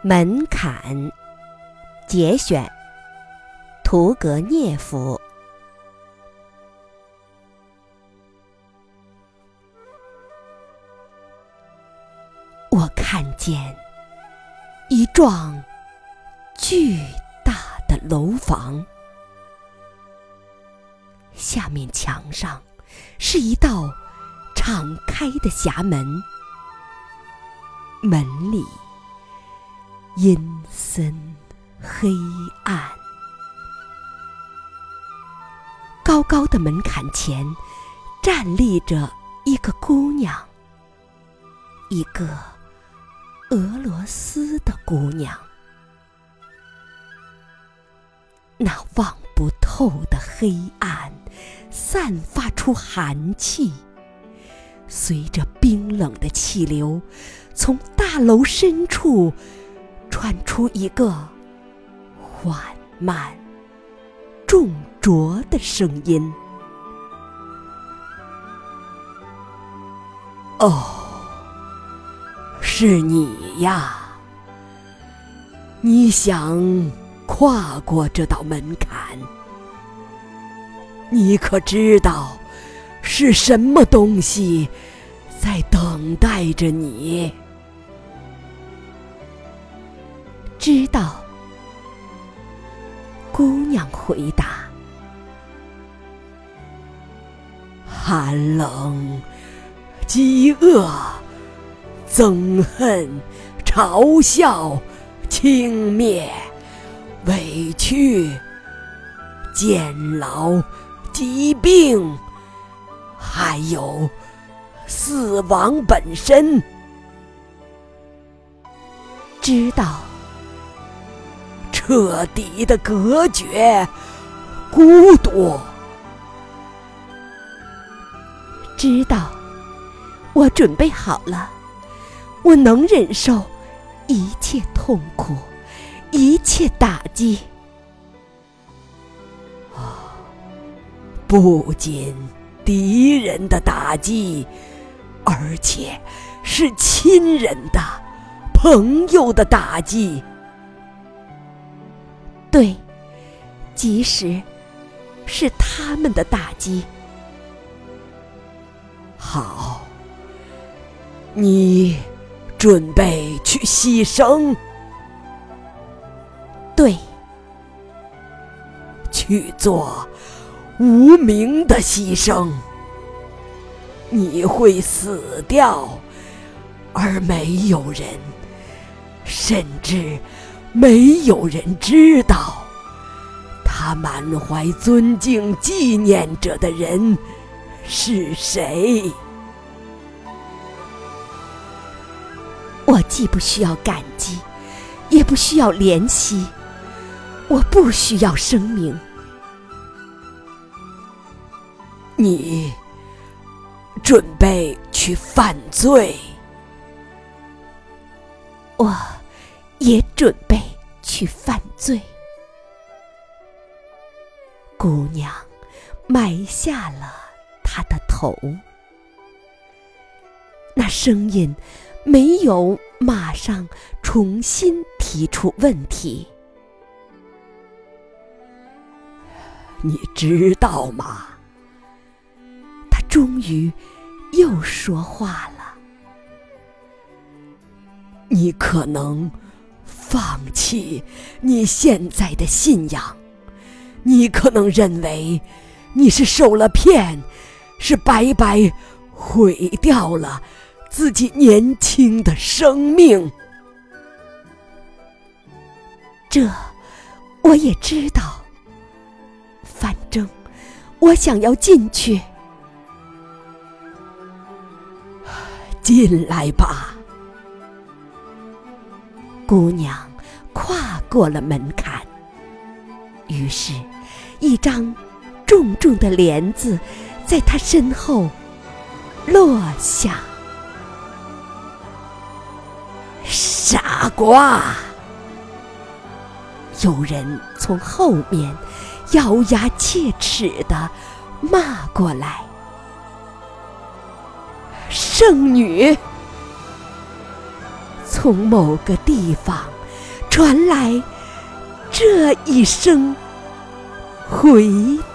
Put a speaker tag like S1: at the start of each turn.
S1: 门槛节选，屠格涅夫。我看见一幢巨大的楼房，下面墙上是一道敞开的狭门，门里阴森黑暗。高高的门槛前站立着一个姑娘，一个俄罗斯的姑娘。那望不透的黑暗散发出寒气，随着冰冷的气流，从大楼深处传出一个缓慢重浊的声音：哦，是你呀，你想跨过这道门槛，你可知道是什么东西在等待着你？知道，姑娘回答。寒冷、饥饿、憎恨、嘲笑、轻蔑、委屈、监牢、疾病，还有死亡本身。知道，彻底的隔绝、孤独。知道，我准备好了，我能忍受一切痛苦，一切打击。不仅敌人的打击，而且是亲人的、朋友的打击。对，即使是他们的打击。好，你准备去牺牲？对，去做无名的牺牲。你会死掉，而没有人，甚至没有人知道，他满怀尊敬纪念者的人是谁？我既不需要感激，也不需要怜惜，我不需要生命。你准备去犯罪？我也准备去犯罪。姑娘埋下了她的头。那声音没有马上重新提出问题。你知道吗？他终于又说话了。你可能放弃你现在的信仰，你可能认为你是受了骗，是白白毁掉了自己年轻的生命。这我也知道，反正我想要进去。进来吧。姑娘跨过了门槛，于是一张重重的帘子在她身后落下。傻瓜！有人从后面咬牙切齿地骂过来。圣女！从某个地方传来这一声回